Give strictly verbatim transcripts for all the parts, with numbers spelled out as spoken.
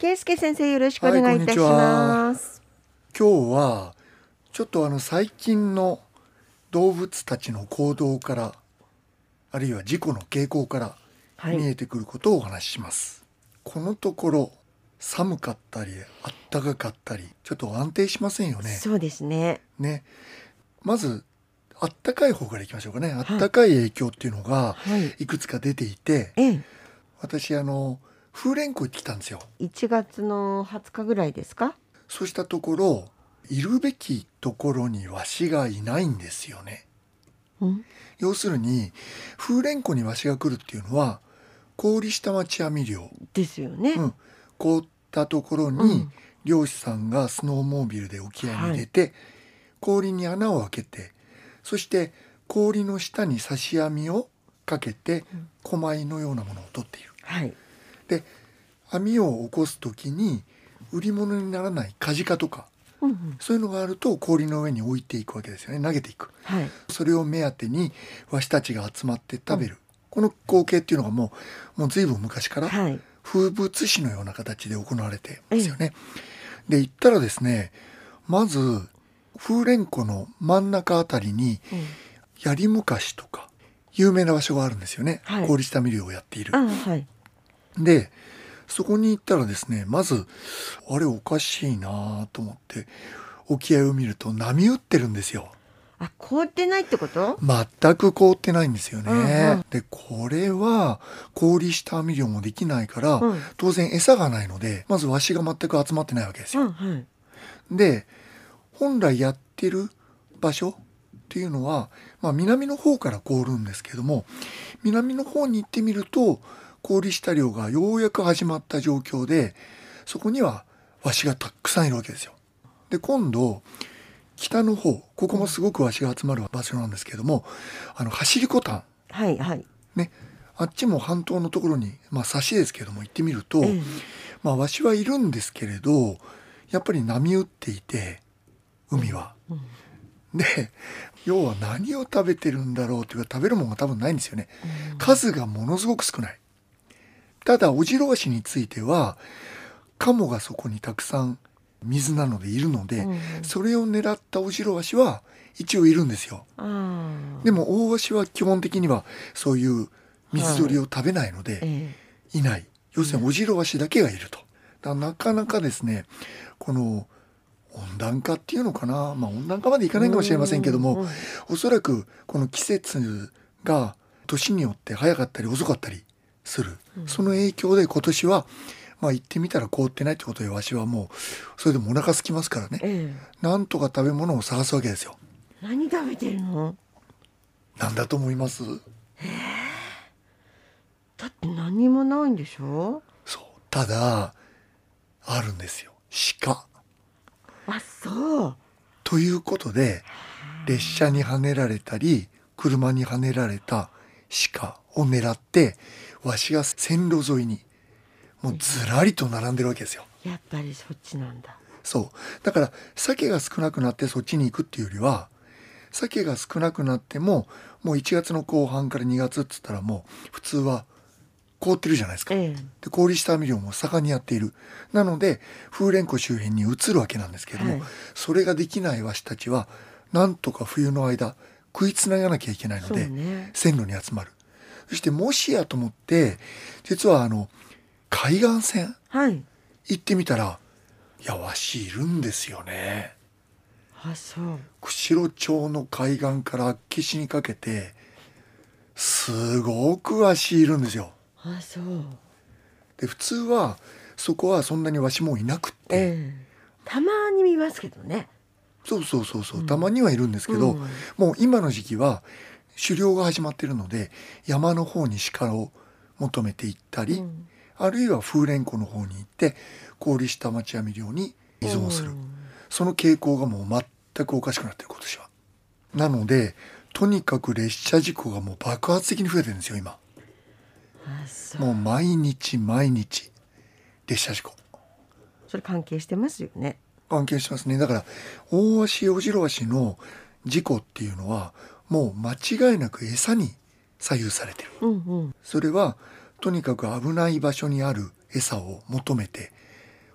圭介先生、よろしくおはい、こ願いいたしんにちは。 ます。 今日はちょっとあの最近の動物たちの行動から、あるいは事故の傾向からはい。 見えてくることをお話しします。このところ寒かったりあったかかったり、ちょっと安定しませんよね。 そうですね。 ね。まずあったかい方からいきましょうかね。あっはい。 たかい影響っていうのがはい。 いくつか出ていて、 ええ。 私あの風蓮湖行ってきたんですよ。 いちがつのはつかぐらいですか？ そうしたところ、いるべきところにワシがいないんですよね。 うん。 要するに風蓮湖にワシが来るっていうのは氷下待ち網漁、 ですよね。 うん、凍ったところうにん。 漁師さんがスノーモービルで沖合にはい。 出て、氷に穴を開けて、そして氷の下に刺し網をかけてうん。 狛犬のようなものを取っている。 はい。 で、網を起こす時に売り物にならないカジカとか、 うんうん。 そういうのがあると氷の上に置いていくわけですよね。投げていく。 はい。 それを目当てにワシたちが集まってうん。 食べる。この光景っていうのがもう、もう随分昔からはい。 風物詩のような形で行われてええ。 ますよね。で、行ったらですね、まず風蓮湖の真ん中あたりにうん。 槍昔とか有名な場所があるんですよね。 はい。 氷下見漁をやっている。 ああ、はい。 で、そこに行ったらですね、まずあれおかしいなと思って沖合を見ると波打ってるんですよ。 あ、凍ってないってこと？ 全く凍ってないんですようんうね。 ん。 で、これは氷下網漁もできないから、 うん。 当然餌がないので、まずワシが全く集まってないわけですよ。 うん、はい。 で、本来やってる場所っていうのは、まあ南の方から凍るんですけども、南の方に行ってみると、氷下漁がようやく始まった状況で、そこにはワシがたくさんいるわけですよ。で、今度、北の方、ここもうん。 すごくワシが集まる場所なんですけども、あの、走りコタン、 はいはい。 ね、あっちも半島のところに、まあ、差しですけども行ってみると、 ええ。 まあ、ワシはいるんですけれど、やっぱり波打っていて、 うん。 海は。 うん。 で、要は何を食べてるんだろうというか、食べるものが多分ないんですよね。 うん。 数がものすごく少ない。ただ、オジロワシについては、カモがそこにたくさん水なのでいるので、 うんうん。 それを狙ったオジロワシは一応いるんですよ。 あでも大ワシは基本的にはそういうあ、 水はい。 鳥を食べないのでえいない。 え。 要いない。 するにオジロワシだけがいると。だからなかなかですね、この温暖化っていうのかな、まあ温暖化までいかうないかもしれませんけども、 ーん。うん。 おそらくこの季節が年によって早かったり遅かったりする。 うん。 その影響で今年は、まあ行ってみたら凍ってないってことでワシはもう、それでもお腹空きますからね。 ええ。 なんとか食べ物を探すわけですよ。 何食べてるの？ なんだと思います？ だって何にもないんでしょ？ そう。ただ、あるんですよ。鹿。 あ、そう。 ということで、列車にはねられたり、車にはねられた鹿を狙って、わしが線路沿いに、もうずらりと並んでるわけですよ。 やっぱりそっちなんだ。 そう。だから、鮭が少なくなってそっちに行くっていうよりは、鮭が少なくなっても、もういちがつの後半からにがつっつったらもう、普通は凍ってるじゃないですか。 ええ。 で、氷下網漁も盛んにやっている。なので、風蓮湖周辺に移るわけなんですけれども、 はい。 それができないワシたちは、なんとか冬の間、食いつながなきゃいけないのそうで、 ね。 線路に集まる。そしてもしやと思って、実はあの、海岸線はい。 行ってみたら、いや、ワシいるんですよね。 あ、そう。 釧路町の海岸から厚岸にかけて、すごくワシいるんですよ。 あ、そう。 で、普通は、そこはそんなにワシもいなくって、 ええ。たまに見ますけどね。 そうそうそうそうう、たまん。 にはいるんですけど、 うん。 もう今の時期は狩猟が始まっているので、山の方に鹿を求めて行ったり、 うん。 あるいは風蓮湖の方に行って氷下待ち網漁に依う存する。 ん。 その傾向がもう全くおかしくなってる今年は。なので、とにかく列車事故がもう爆発的に増えてるんですよ今。 あ、そう。 もう毎日毎日列車事故。 それ関係してますよね。 関係してますね。だから大ワシオジロワシの事故っていうのはもう間違いなく餌に左右されてる。 うんうん。 それはとにかく危ない場所にある餌を求めて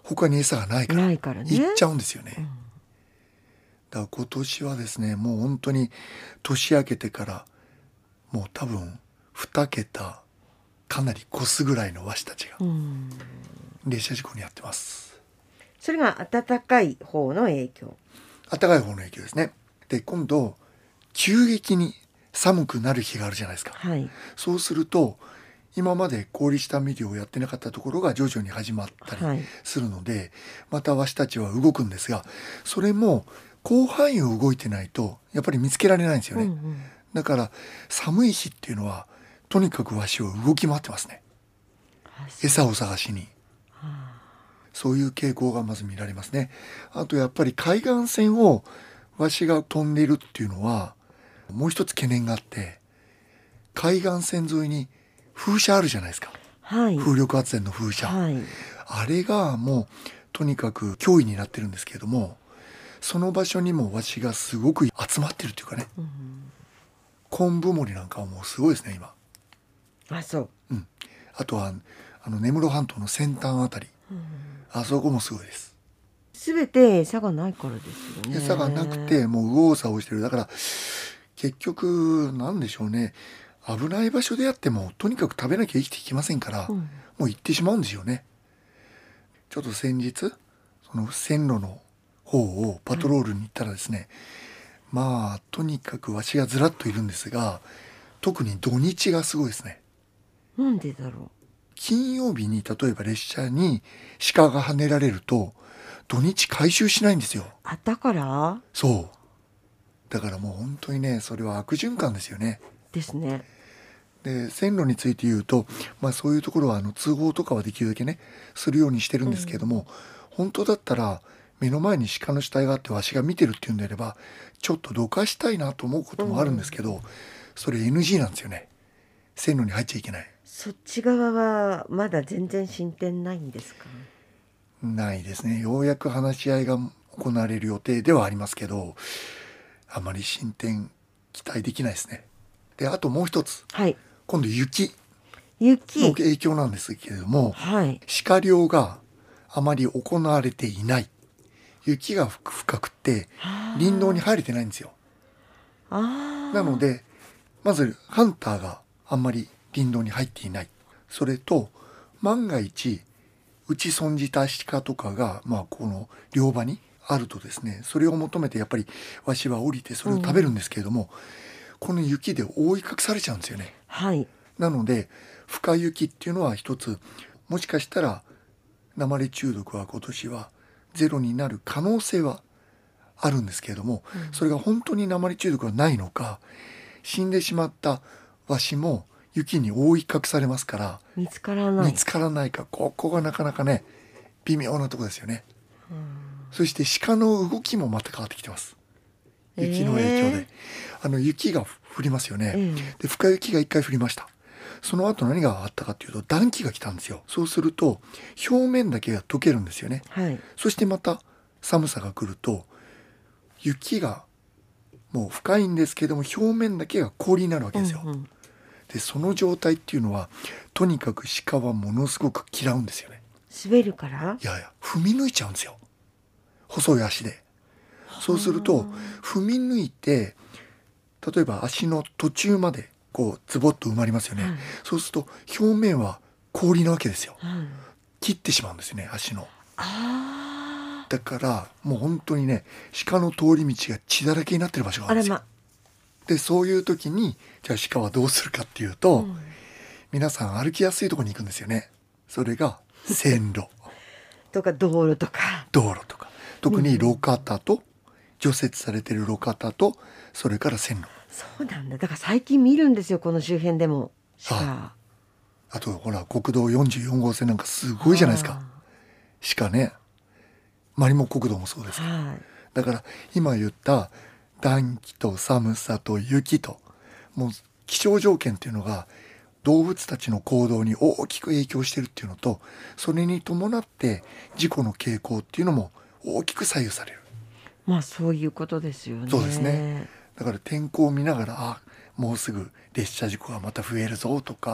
他に餌がないからないからね。 行っちゃうんですよね。 うんだから今年はですね、もう本当に年明けてからもう多分に桁かなり越すぐらいのワシたちがうん列車事故に遭ってます。 それが暖かい方の影響。 暖かい方の影響ですね。で今度急激に寒くなる日があるじゃないですか。 はいそうすると今まで氷下ミ漁をやってなかったところが徐々に始まったりはいするので、またワシたちは動くんですが、それも広範囲を動いてないとやっぱり見つけられないんですよね。 うんうんだから寒い日っていうのはとにかくワシを動き回ってますね。 あそう餌を探しに。 はそういう傾向がまず見られますね。あとやっぱり海岸線をワシが飛んでいるっていうのはもう一つ懸念があって、海岸線沿いに風車あるじゃないですか。 あはい風力発電の風車、 はいあれがもうとにかく脅威になってるんですけれども、その場所にもワシがすごく集まってるっていうかね、 うん昆布森なんかはもうすごいですね今。 あそうあとはあの根室半島の先端あたり、あそこもすごいです。 すべて餌がないからですよね。 餌がなくてもう右往左往してる。だから結局なんでしょうね、危ない場所であってもとにかく食べなきゃ生きていきませんから、 うんもう行ってしまうんですよね。ちょっと先日その線路の方をパトロールに行ったらですね、まあとにかくわしがずらっといるんですが、特に土日がすごいですね。 なんでだろ金曜日に例えば列車に鹿がはねられると土日回収しないんですよ。 う。あだからそうだからもう本当にね、それは悪循環ですよね。 ですね。 で線路について言うと、まあ、そういうところはあの通報とかはできるだけねするようにしてるんですけれども、本当だったら目の前に鹿の死体があってわしが見てるっていうんであればちょっとどかしたいなと思うこともあるんですけど、それ エヌジー なんですよね。線路に入っちゃいけない。 そっち側はまだ全然進展ないんですか。 ないですね。ようやく話し合いが行われる予定ではありますけど、あまり進展期待できないですね。であともう一つ、 はい今度雪雪の影響なんですけれども、 はい鹿猟があまり行われていない。雪が深くて林道に入れてないんですよ。 あーなのでまずハンターがあんまり林道に入っていない。それと万が一打ち損じた鹿とかが、まあ、この猟場にあるとですね、それを求めてやっぱりわしは降りてそれを食べるんですけれども、この雪で覆い隠されちゃうんですよね。 はいなので深雪っていうのは一つ、もしかしたら鉛中毒は今年はゼロになる可能性はあるんですけれども、それが本当に鉛中毒はないのか、死んでしまったワシも雪に覆い隠されますから見つからない見つからないか、ここがなかなかね微妙なところですよね。そして鹿の動きもまた変わってきてます。雪の影響で、 えーあの雪が降りますよね、 ええで深雪が一回降りました。その後何があったかというと暖気が来たんですよ。そうすると表面だけが溶けるんですよね。 はいそしてまた寒さが来ると雪がもう深いんですけども表面だけが氷になるわけですよ、 うんうんでその状態っていうのはとにかく鹿はものすごく嫌うんですよね。 滑るからいやいや踏み抜いちゃうんですよ、細い足で。そうすると踏み抜いて例えば足の途中までこうズボッと埋まりますよね、 はいそうすると表面は氷なわけですよ。 はい切ってしまうんですね足の。 あだからもう本当にね鹿の通り道が血だらけになってる場所があるんですよ。 ーあらまでそういう時にじゃあ鹿はどうするかっていうと、 うん皆さん歩きやすいところに行くんですよね。それが線路とか道路とか道路とか、特に路肩と除雪されてる路肩とそれから線路、 そうなんだ。だから最近見るんですよこの周辺でも鹿。 あとほら国道よんじゅうよん号線なんかすごいじゃないですか鹿ね。マリモ国道もそうですけど、 はいだから今言った暖気と寒さと雪ともう気象条件っていうのが動物たちの行動に大きく影響してるっていうのと、それに伴って事故の傾向っていうのも大きく左右される。 まあそういうことですよね。 そうですね。だから天候を見ながらあもうすぐ列車事故がまた増えるぞとか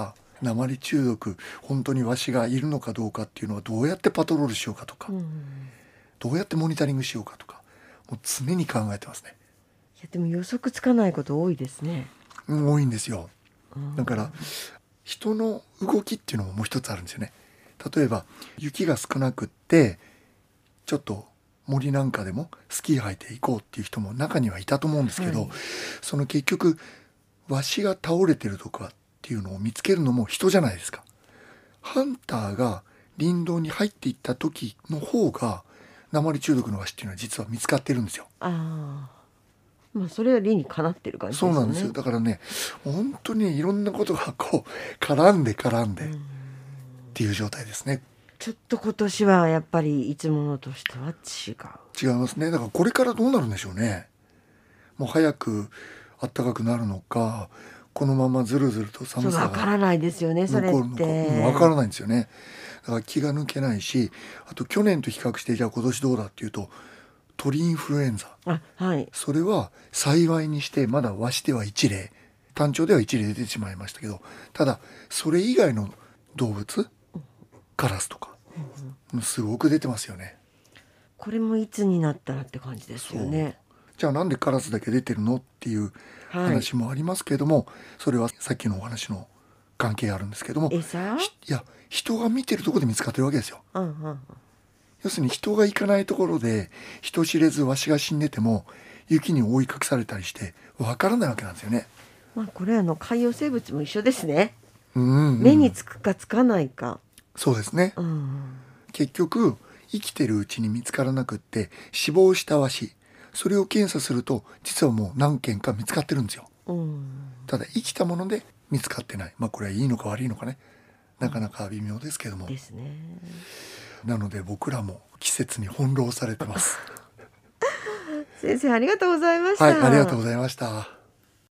鉛中毒本当にワシがいるのかどうかっていうのはどうやってパトロールしようかとか、 うん、 どうやってモニタリングしようかとか、もう常に考えてますね。 いやでも予測つかないこと多いですね。 うん、多いんですよ。 うんだから人の動きっていうのももう一つあるんですよね。例えば雪が少なくってちょっと森なんかでもスキー履いていこうっていう人も中にはいたと思うんですけど、 はい、 その結局ワシが倒れてるとかっていうのを見つけるのも人じゃないですか。ハンターが林道に入っていった時の方が鉛中毒のワシっていうのは実は見つかってるんですよ。 ああ、まあそれは理にかなってる感じですよね。 そうなんですよ。だからね、本当にいろんなことがこう絡んで絡んでっていう状態ですね。 ちょっと今年はやっぱりいつもの年とは違う。 違いますね。だからこれからどうなるんでしょうね。もう早く暖かくなるのか、このままずるずるとそう寒さわからがないですよね、それっ残るのか、 て。 わからないんですよね。だから気が抜けないし、あと去年と比較してじゃあ今年どうだっていうと、鳥インフルエンザ、 あ、はい。 それは幸いにしてまだワシではいち例、単調ではいち例出てしまいましたけど、ただそれ以外の動物、カラスとか、すごく出てますよね。 これもいつになったらって感じですよね。 じゃあなんでカラスだけ出てるのっていうはい。 話もありますけれども、それはさっきのお話の関係あるんですけども、 餌？ ひいや人が見てるところで見つかってるわけですよ。 うんうんうん。 要するに人が行かないところで人知れずワシが死んでても雪に覆い隠されたりしてわからないわけなんですよね。 まあこれあの海洋生物も一緒ですね。 うんうんうん、 目につくかつかないか。 そうですね。 うん結局生きてるうちに見つからなくって死亡したワシ、それを検査すると実はもう何件か見つかってるんですよ。 うん。 ただ生きたもので見つかってない。まあこれはいいのか悪いのかね、なかなか微妙ですけども、 ですね。 なので僕らも季節に翻弄されてます。 先生ありがとうございました。 はい、ありがとうございました。